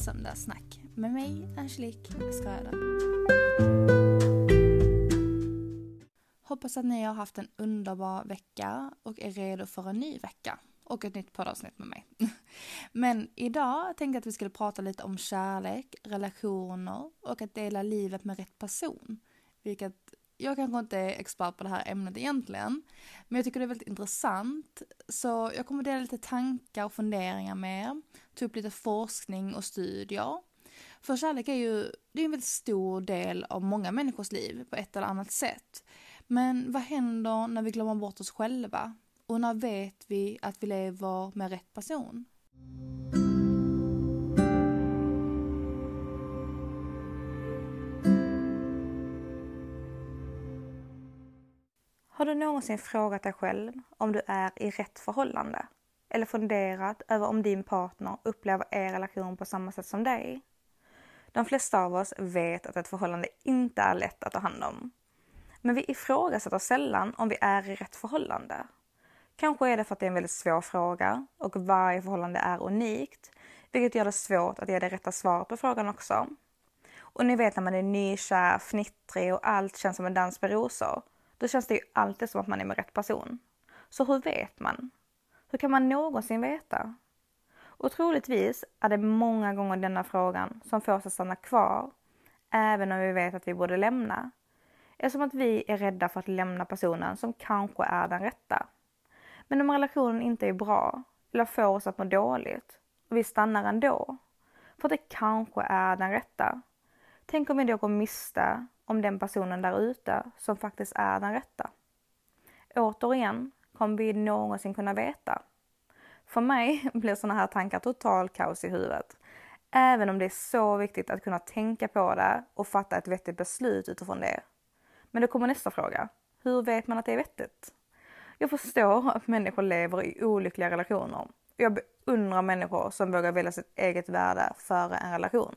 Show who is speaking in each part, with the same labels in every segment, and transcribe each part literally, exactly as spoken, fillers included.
Speaker 1: Söndagssnack med mig, Angelique Skröder. Hoppas att ni har haft en underbar vecka och är redo för en ny vecka och ett nytt poddavsnitt med mig. Men idag tänkte jag att vi skulle prata lite om kärlek, relationer och att dela livet med rätt person. Vilket jag kanske inte är expert på det här ämnet egentligen, men jag tycker det är väldigt intressant. Så jag kommer dela lite tankar och funderingar med er, ta upp lite forskning och studier. För kärlek är ju det är en väldigt stor del av många människors liv på ett eller annat sätt. Men vad händer när vi glömmer bort oss själva? Och när vet vi att vi lever med rätt person? Har du någonsin frågat dig själv om du är i rätt förhållande? Eller funderat över om din partner upplever er relation på samma sätt som dig? De flesta av oss vet att ett förhållande inte är lätt att ta hand om. Men vi ifrågasätter sällan om vi är i rätt förhållande. Kanske är det för att det är en väldigt svår fråga och varje förhållande är unikt, vilket gör det svårt att ge det rätta svaret på frågan också. Och ni vet när man är nykär, fnittrig och allt känns som en dans på rosor, då känns det ju alltid som att man är med rätt person. Så hur vet man? Hur kan man någonsin veta? Och troligtvis är det många gånger denna frågan som får oss att stanna kvar, även om vi vet att vi borde lämna. Eftersom att vi är rädda för att lämna personen som kanske är den rätta. Men om relationen inte är bra eller får oss att må dåligt och vi stannar ändå, för att det kanske är den rätta. Tänk om vi då går miste om den personen där ute som faktiskt är den rätta. Återigen kommer vi någonsin kunna veta. För mig blir sådana här tankar total kaos i huvudet. Även om det är så viktigt att kunna tänka på det och fatta ett vettigt beslut utifrån det. Men då kommer nästa fråga. Hur vet man att det är vettigt? Jag förstår att människor lever i olyckliga relationer. Jag beundrar människor som vågar välja sitt eget värde före en relation.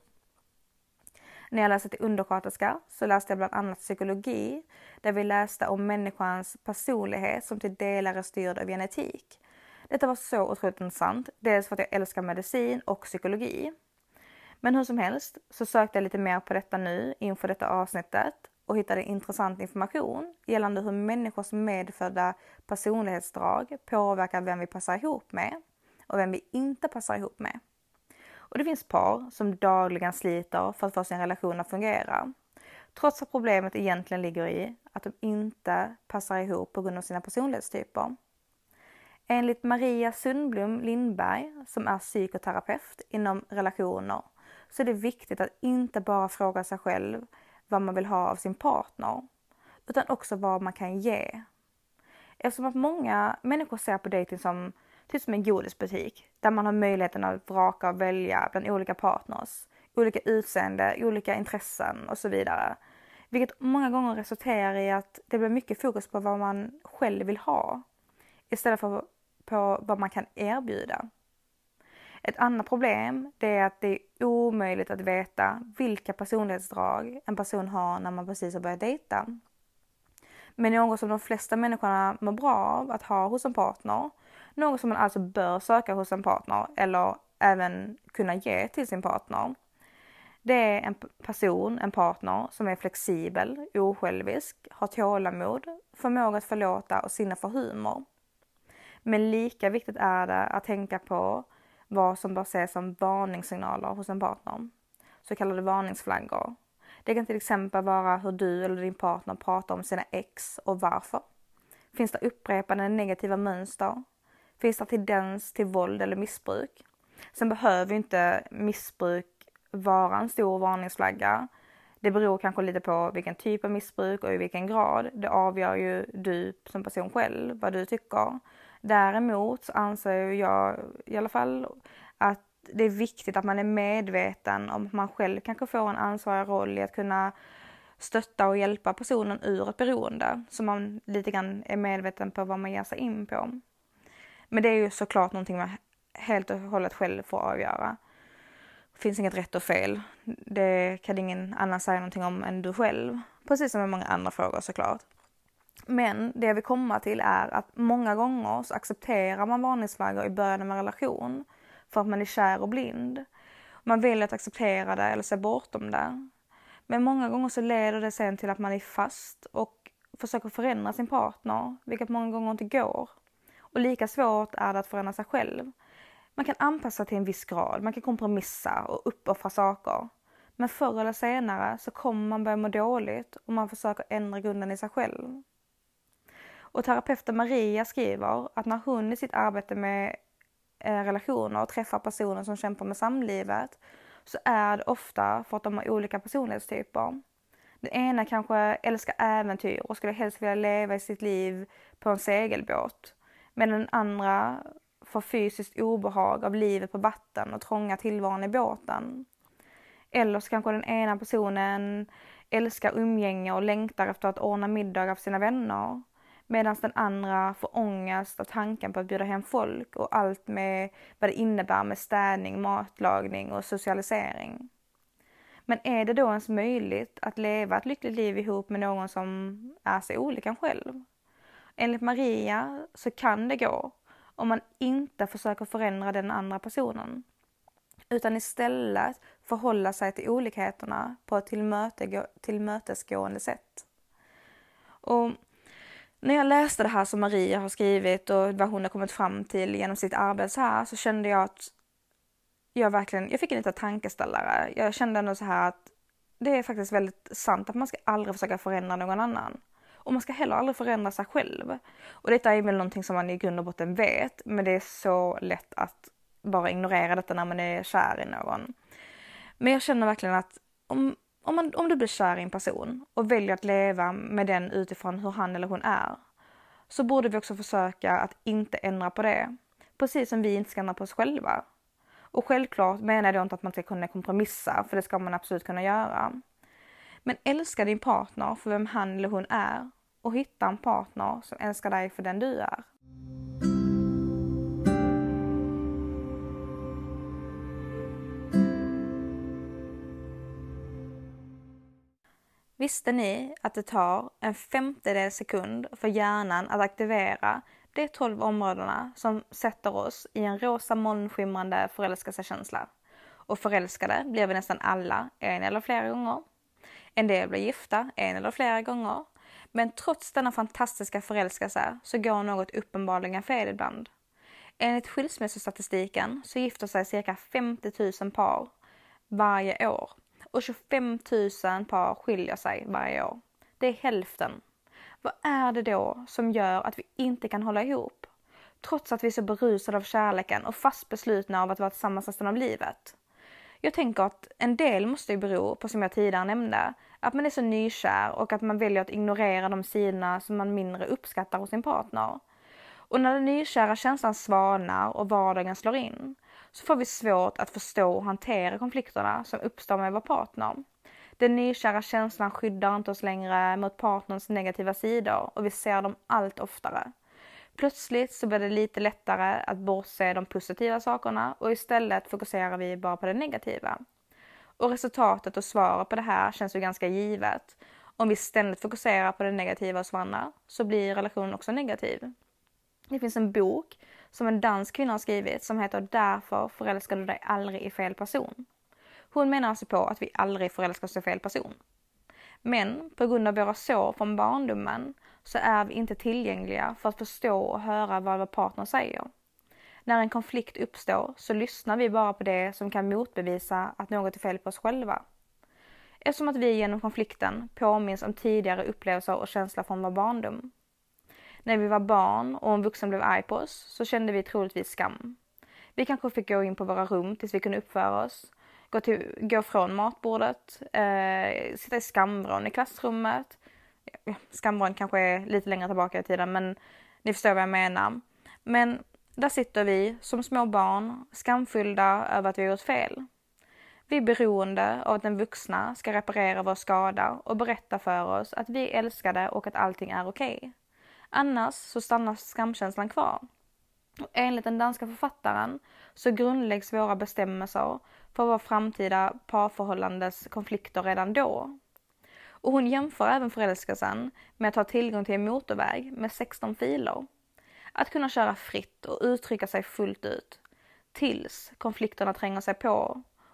Speaker 1: När jag läste till undersköterska så läste jag bland annat psykologi, där vi läste om människans personlighet som till delar är styrd av genetik. Detta var så otroligt intressant, dels för att jag älskar medicin och psykologi. Men hur som helst så sökte jag lite mer på detta nu inför detta avsnittet och hittade intressant information gällande hur människors medfödda personlighetsdrag påverkar vem vi passar ihop med och vem vi inte passar ihop med. Och det finns par som dagligen sliter för att få sin relation att fungera, trots att problemet egentligen ligger i att de inte passar ihop på grund av sina personlighetstyper. Enligt Maria Sundblom Lindberg, som är psykoterapeut inom relationer, så är det viktigt att inte bara fråga sig själv vad man vill ha av sin partner, utan också vad man kan ge. Eftersom att många människor ser på dating som typ som en godisbutik, där man har möjligheten att vraka och välja bland olika partners, olika utseende, olika intressen och så vidare. Vilket många gånger resulterar i att det blir mycket fokus på vad man själv vill ha, istället för på vad man kan erbjuda. Ett annat problem det är att det är omöjligt att veta vilka personlighetsdrag en person har när man precis har börjat dejta. Men något som de flesta människorna mår bra av att ha hos en partner, något som man alltså bör söka hos en partner eller även kunna ge till sin partner. Det är en person, en partner som är flexibel, osjälvisk, har tålamod, förmåga att förlåta och sinne för humor. Men lika viktigt är det att tänka på vad som bör ses som varningssignaler hos en partner, så kallade varningsflaggor. Det kan till exempel vara hur du eller din partner pratar om sina ex och varför. Finns det upprepande negativa mönster? Finns det tendens till våld eller missbruk? Sen behöver inte missbruk vara en stor varningsflagga. Det beror kanske lite på vilken typ av missbruk och i vilken grad. Det avgör ju du som person själv vad du tycker. Däremot så anser jag i alla fall att det är viktigt att man är medveten om att man själv kanske får en ansvarig roll i att kunna stötta och hjälpa personen ur ett beroende. Så man lite grann är medveten på vad man ger sig in på. Men det är ju såklart någonting man helt och hållet själv får avgöra. Det finns inget rätt och fel. Det kan ingen annan säga någonting om än du själv. Precis som med många andra frågor såklart. Men det jag vill komma till är att många gånger så accepterar man varningsflaggor i början av en relation för att man är kär och blind. Man väljer att acceptera det eller se bortom det. Men många gånger så leder det sen till att man är fast och försöker förändra sin partner, vilket många gånger inte går. Och lika svårt är det att förändra sig själv. Man kan anpassa till en viss grad, man kan kompromissa och uppoffra saker. Men förr eller senare så kommer man börja må dåligt och man försöker ändra grunden i sig själv. Och terapeuten Maria skriver att när hon i sitt arbete med relationer och träffar personer som kämpar med samlivet, så är det ofta för att de har olika personlighetstyper. Den ena kanske älskar äventyr och skulle helst vilja leva i sitt liv på en segelbåt. Medan den andra får fysiskt obehag av livet på vatten och trånga tillvaron i båten. Eller så kanske den ena personen älskar umgänge och längtar efter att ordna middag för sina vänner. Medan den andra får ångest av tanken på att bjuda hem folk och allt med vad det innebär med städning, matlagning och socialisering. Men är det då ens möjligt att leva ett lyckligt liv ihop med någon som är sig olik en själv? Enligt Maria så kan det gå om man inte försöker förändra den andra personen. Utan istället förhålla sig till olikheterna på ett tillmötesgå- tillmötesgående sätt. Och när jag läste det här som Maria har skrivit och vad hon har kommit fram till genom sitt arbete här, så kände jag att jag verkligen, jag fick en liten tankeställare. Jag kände ändå så här att det är faktiskt väldigt sant att man ska aldrig försöka förändra någon annan. Och man ska heller aldrig förändra sig själv. Och detta är väl någonting som man i grund och botten vet, men det är så lätt att bara ignorera detta när man är kär i någon. Men jag känner verkligen att om, om, man, om du blir kär i en person och väljer att leva med den utifrån hur han eller hon är, så borde vi också försöka att inte ändra på det. Precis som vi inte ska ändra på oss själva. Och självklart menar jag inte att man ska kunna kompromissa, för det ska man absolut kunna göra. Men älska din partner för vem han eller hon är och hitta en partner som älskar dig för den du är. Visste ni att det tar en femtedel sekund för hjärnan att aktivera de tolv områdena som sätter oss i en rosa molnskimrande förälskelsekänsla? Och förälskade blir vi nästan alla en eller flera gånger. En del blir gifta en eller flera gånger. Men trots denna fantastiska förälskelse så går något uppenbarligen fel ibland. Enligt skilsmässostatistiken så gifter sig cirka femtio tusen par varje år. Och tjugofem tusen par skiljer sig varje år. Det är hälften. Vad är det då som gör att vi inte kan hålla ihop? Trots att vi är så berusade av kärleken och fast beslutna av att vara tillsammans resten av livet. Jag tänker att en del måste ju bero på, som jag tidigare nämnde, att man är så nykär och att man väljer att ignorera de sidorna som man mindre uppskattar hos sin partner. Och när den nykära känslan svalnar och vardagen slår in, så får vi svårt att förstå och hantera konflikterna som uppstår med vår partner. Den nykära känslan skyddar inte oss längre mot partnerns negativa sidor och vi ser dem allt oftare. Plötsligt så blir det lite lättare att bortse de positiva sakerna och istället fokuserar vi bara på det negativa. Och resultatet och svaret på det här känns ju ganska givet. Om vi ständigt fokuserar på det negativa hos varandra så blir relationen också negativ. Det finns en bok som en dansk kvinna har skrivit som heter Därför förälskar du dig aldrig i fel person. Hon menar alltså på att vi aldrig förälskar oss i fel person. Men på grund av våra sår från barndomen så är vi inte tillgängliga för att förstå och höra vad vår partner säger. När en konflikt uppstår så lyssnar vi bara på det som kan motbevisa att något är fel på oss själva. Eftersom att vi genom konflikten påminns om tidigare upplevelser och känslor från vår barndom. När vi var barn och en vuxen blev arg på oss så kände vi troligtvis skam. Vi kanske fick gå in på våra rum tills vi kunde uppföra oss. Gå, till, gå från matbordet, eh, sitta i skamvrån i klassrummet. Ja, skamvrån kanske är lite längre tillbaka i tiden, men ni förstår vad jag menar. Men där sitter vi som små barn, skamfyllda över att vi har gjort fel. Vi är beroende av att den vuxna ska reparera vår skada och berätta för oss att vi är älskade och att allting är okej. Annars så stannar skamkänslan kvar. Och enligt den danska författaren så grundläggs våra bestämmelser för vår framtida parförhållandes konflikter redan då. Och hon jämför även förälskelsen med att ha tillgång till en motorväg med sexton filer. Att kunna köra fritt och uttrycka sig fullt ut tills konflikterna tränger sig på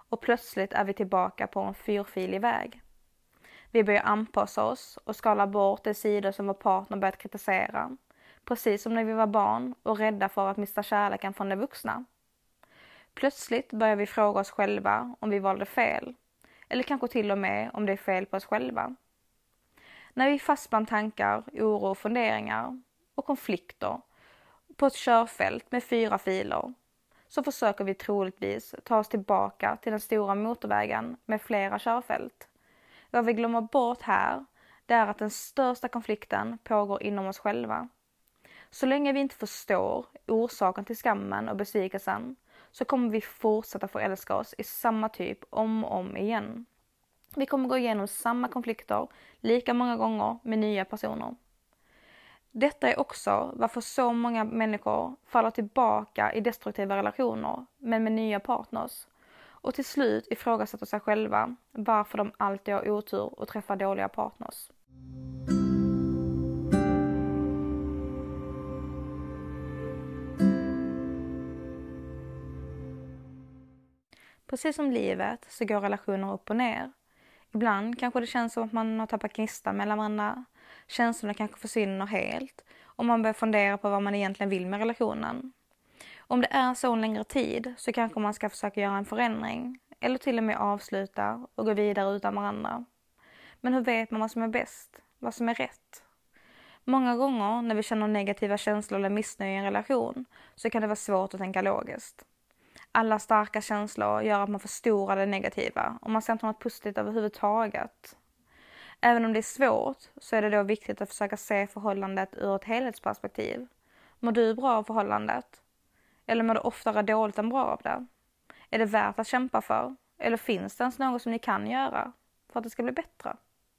Speaker 1: och plötsligt är vi tillbaka på en fyrfilig väg. Vi börjar anpassa oss och skala bort de sidor som vår partner börjat kritisera, precis som när vi var barn och rädda för att mista kärleken från de vuxna. Plötsligt börjar vi fråga oss själva om vi valde fel, eller kanske till och med om det är fel på oss själva. När vi är fast bland tankar, oro och funderingar och konflikter på ett körfält med fyra filer, så försöker vi troligtvis ta oss tillbaka till den stora motorvägen med flera körfält. Vad vi glömmer bort här, det är att den största konflikten pågår inom oss själva. Så länge vi inte förstår orsaken till skammen och besvikelsen, så kommer vi fortsätta förälska oss i samma typ om och om igen. Vi kommer gå igenom samma konflikter lika många gånger med nya personer. Detta är också varför så många människor faller tillbaka i destruktiva relationer, men med nya partners. Och till slut ifrågasätter sig själva varför de alltid har otur och träffar dåliga partners. Precis som livet så går relationer upp och ner. Ibland kanske det känns som att man har tappat gnistan mellan varandra. Känslorna kanske försvinner helt och man börjar fundera på vad man egentligen vill med relationen. Om det är så en längre tid så kanske man ska försöka göra en förändring eller till och med avsluta och gå vidare utan varandra. Men hur vet man vad som är bäst? Vad som är rätt? Många gånger när vi känner negativa känslor eller missnöje i en relation så kan det vara svårt att tänka logiskt. Alla starka känslor gör att man förstorar det negativa och man ser inte något positivt överhuvudtaget. Även om det är svårt så är det då viktigt att försöka se förhållandet ur ett helhetsperspektiv. Mår du bra av förhållandet? Eller mår du oftare dåligt än bra av det? Är det värt att kämpa för? Eller finns det ens något som ni kan göra för att det ska bli bättre?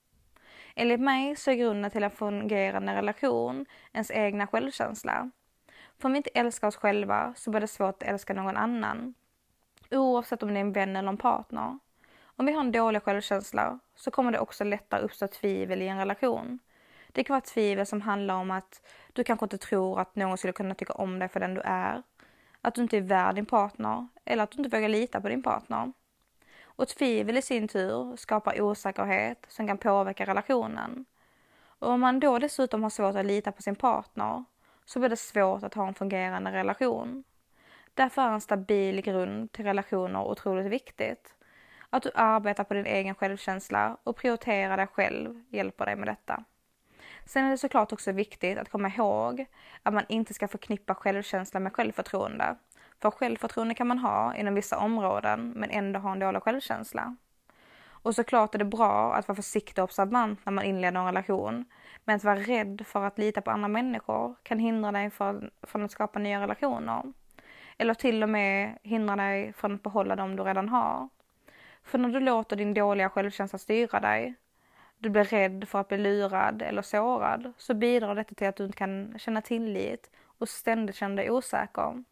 Speaker 1: Enligt mig så är grunden till en fungerande relation ens egna självkänsla. För om vi inte älskar oss själva så blir det svårt att älska någon annan. Oavsett om det är en vän eller en partner. Om vi har en dålig självkänsla så kommer det också lättare uppstå tvivel i en relation. Det kan vara tvivel som handlar om att du kanske inte tror att någon skulle kunna tycka om dig för den du är. Att du inte är värd din partner eller att du inte vågar lita på din partner. Och tvivel i sin tur skapar osäkerhet som kan påverka relationen. Och om man då dessutom har svårt att lita på sin partner så blir det svårt att ha en fungerande relation. Därför är en stabil grund till relationer otroligt viktigt. Att du arbetar på din egen självkänsla och prioriterar dig själv hjälper dig med detta. Sen är det såklart också viktigt att komma ihåg att man inte ska förknippa självkänsla med självförtroende. För självförtroende kan man ha inom vissa områden men ändå ha en dålig självkänsla. Och såklart är det bra att vara försiktig och observant när man inleder en relation. Men att vara rädd för att lita på andra människor kan hindra dig från, från att skapa nya relationer. Eller till och med hindra dig från att behålla dem du redan har. För när du låter din dåliga självkänsla styra dig, du blir rädd för att bli lurad eller sårad, så bidrar detta till att du inte kan känna tillit och ständigt känna dig osäker.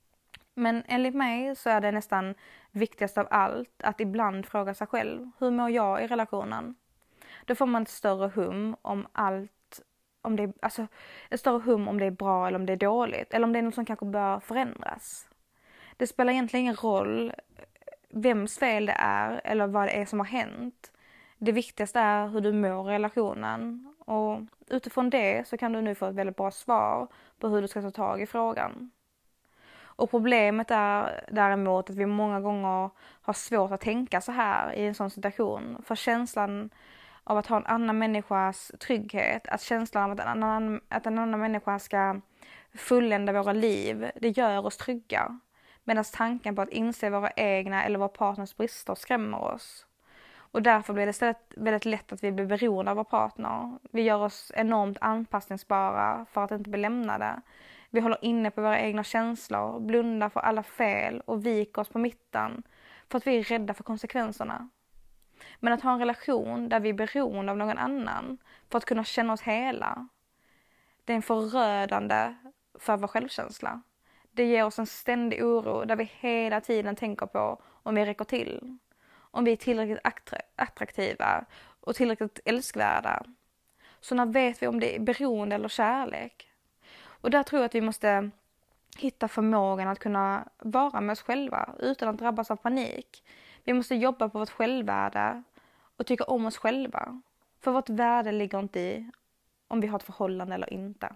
Speaker 1: Men enligt mig så är det nästan viktigast av allt att ibland fråga sig själv, hur mår jag i relationen? Då får man ett större hum om allt, om det, alltså ett större hum om det är bra eller om det är dåligt, eller om det är något som kanske bör förändras. Det spelar egentligen ingen roll vems fel det är eller vad det är som har hänt. Det viktigaste är hur du mår i relationen och utifrån det så kan du nu få ett väldigt bra svar på hur du ska ta tag i frågan. Och problemet är däremot att vi många gånger har svårt att tänka så här i en sån situation. För känslan av att ha en annan människas trygghet, att känslan av att en annan, att en annan människa ska fullända våra liv, det gör oss trygga. Medan tanken på att inse våra egna eller vår partners brister skrämmer oss. Och därför blir det istället väldigt lätt att vi blir beroende av vår partner. Vi gör oss enormt anpassningsbara för att inte bli lämnade. Vi håller inne på våra egna känslor, blundar för alla fel och viker oss på mitten för att vi är rädda för konsekvenserna. Men att ha en relation där vi är beroende av någon annan för att kunna känna oss hela, det är en förödande för vår självkänsla. Det ger oss en ständig oro där vi hela tiden tänker på om vi räcker till. Om vi är tillräckligt attraktiva och tillräckligt älskvärda. Så när vet vi om det är beroende eller kärlek? Och där tror jag att vi måste hitta förmågan att kunna vara med oss själva utan att drabbas av panik. Vi måste jobba på vårt självvärde och tycka om oss själva. För vårt värde ligger inte i om vi har ett förhållande eller inte.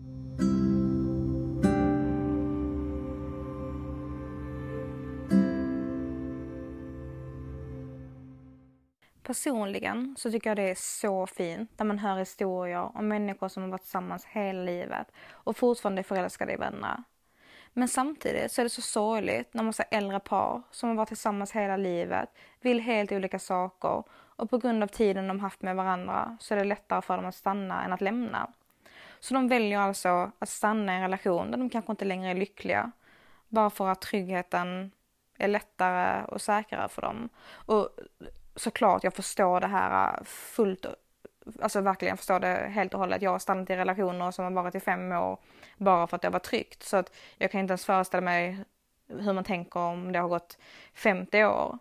Speaker 1: Personligen så tycker jag det är så fint när man hör historier om människor som har varit tillsammans hela livet och fortfarande är förälskade i vänner. Men samtidigt så är det så sorgligt när man ser äldre par som har varit tillsammans hela livet, vill helt olika saker och på grund av tiden de haft med varandra så är det lättare för dem att stanna än att lämna. Så de väljer alltså att stanna i en relation där de kanske inte längre är lyckliga, bara för att tryggheten är lättare och säkrare för dem. Och såklart, jag förstår det här fullt, alltså verkligen jag förstår det helt och hållet. Jag har stannat i relationer som har varit i fem år bara för att det var tryggt. Så att jag kan inte ens föreställa mig hur man tänker om det har gått femtio år.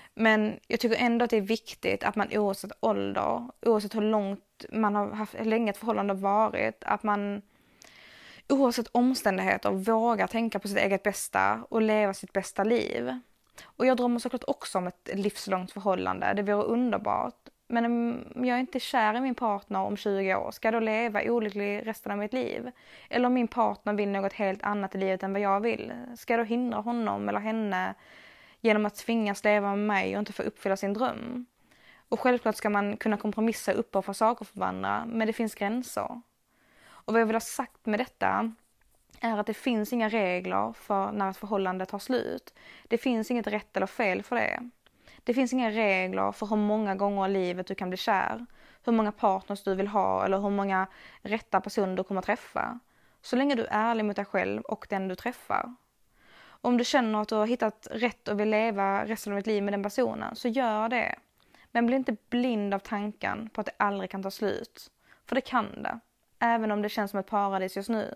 Speaker 1: Men jag tycker ändå att det är viktigt att man oavsett ålder, oavsett hur långt man har haft, hur länge ett förhållande varit, att man oavsett omständigheter vågar tänka på sitt eget bästa och leva sitt bästa liv. Och jag drömmer såklart också om ett livslångt förhållande. Det vore underbart. Men om jag är inte kär i min partner om tjugo år, ska jag då leva olycklig resten av mitt liv? Eller om min partner vill något helt annat i livet än vad jag vill, ska jag då hindra honom eller henne genom att tvingas leva med mig och inte få uppfylla sin dröm? Och självklart ska man kunna kompromissa upp och för saker för varandra, men det finns gränser. Och vad jag vill ha sagt med detta är att det finns inga regler för när ett förhållande tar slut. Det finns inget rätt eller fel för det. Det finns inga regler för hur många gånger i livet du kan bli kär, hur många partners du vill ha eller hur många rätta personer du kommer träffa. Så länge du är ärlig mot dig själv och den du träffar. Om du känner att du har hittat rätt och vill leva resten av ditt liv med den personen, så gör det. Men bli inte blind av tanken på att det aldrig kan ta slut. För det kan det, även om det känns som ett paradis just nu.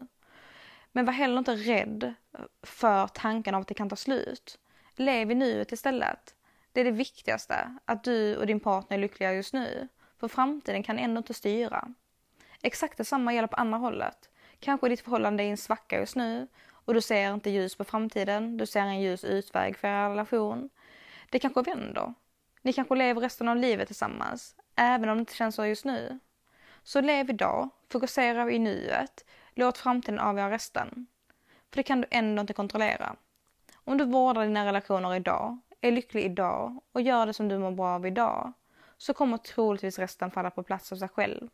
Speaker 1: Men var heller inte rädd för tanken av att det kan ta slut. Lev i nuet istället. Det är det viktigaste, att du och din partner är lyckliga just nu. För framtiden kan ändå inte styra. Exakt detsamma gäller på andra hållet. Kanske ditt förhållande är i en svacka just nu och du ser inte ljus på framtiden. Du ser en ljus utväg för er relation. Det kanske vänder. Ni kanske lever resten av livet tillsammans, även om det inte känns så just nu. Så lev idag, fokusera i nuet, låt framtiden avgöra resten. För det kan du ändå inte kontrollera. Om du vårdar dina relationer idag, är lycklig idag och gör det som du mår bra av idag, så kommer troligtvis resten falla på plats av sig själv.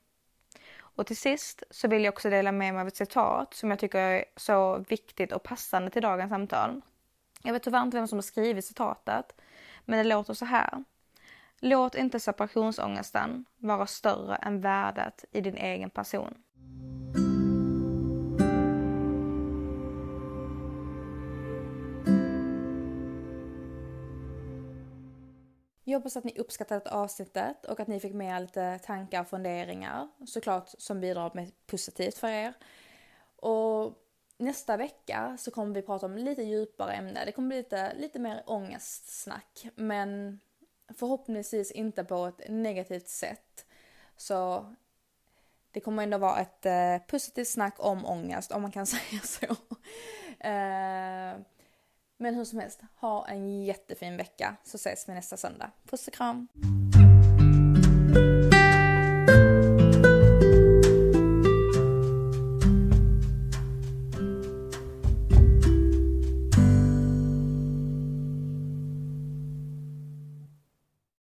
Speaker 1: Och till sist så vill jag också dela med mig av ett citat som jag tycker är så viktigt och passande till dagens samtal. Jag vet tyvärr inte vem som har skrivit citatet, men det låter så här. Låt inte separationsångesten vara större än värdet i din egen person. Jag hoppas att ni uppskattade avsnittet och att ni fick med lite tankar och funderingar, såklart som bidrar med positivt för er. Och nästa vecka så kommer vi prata om lite djupare ämne. Det kommer bli lite, lite mer ångestsnack, men förhoppningsvis inte på ett negativt sätt. Så det kommer ändå vara ett eh, positivt snack om ångest, om man kan säga så. eh, Men hur som helst, ha en jättefin vecka, så ses vi nästa söndag. Puss och kram!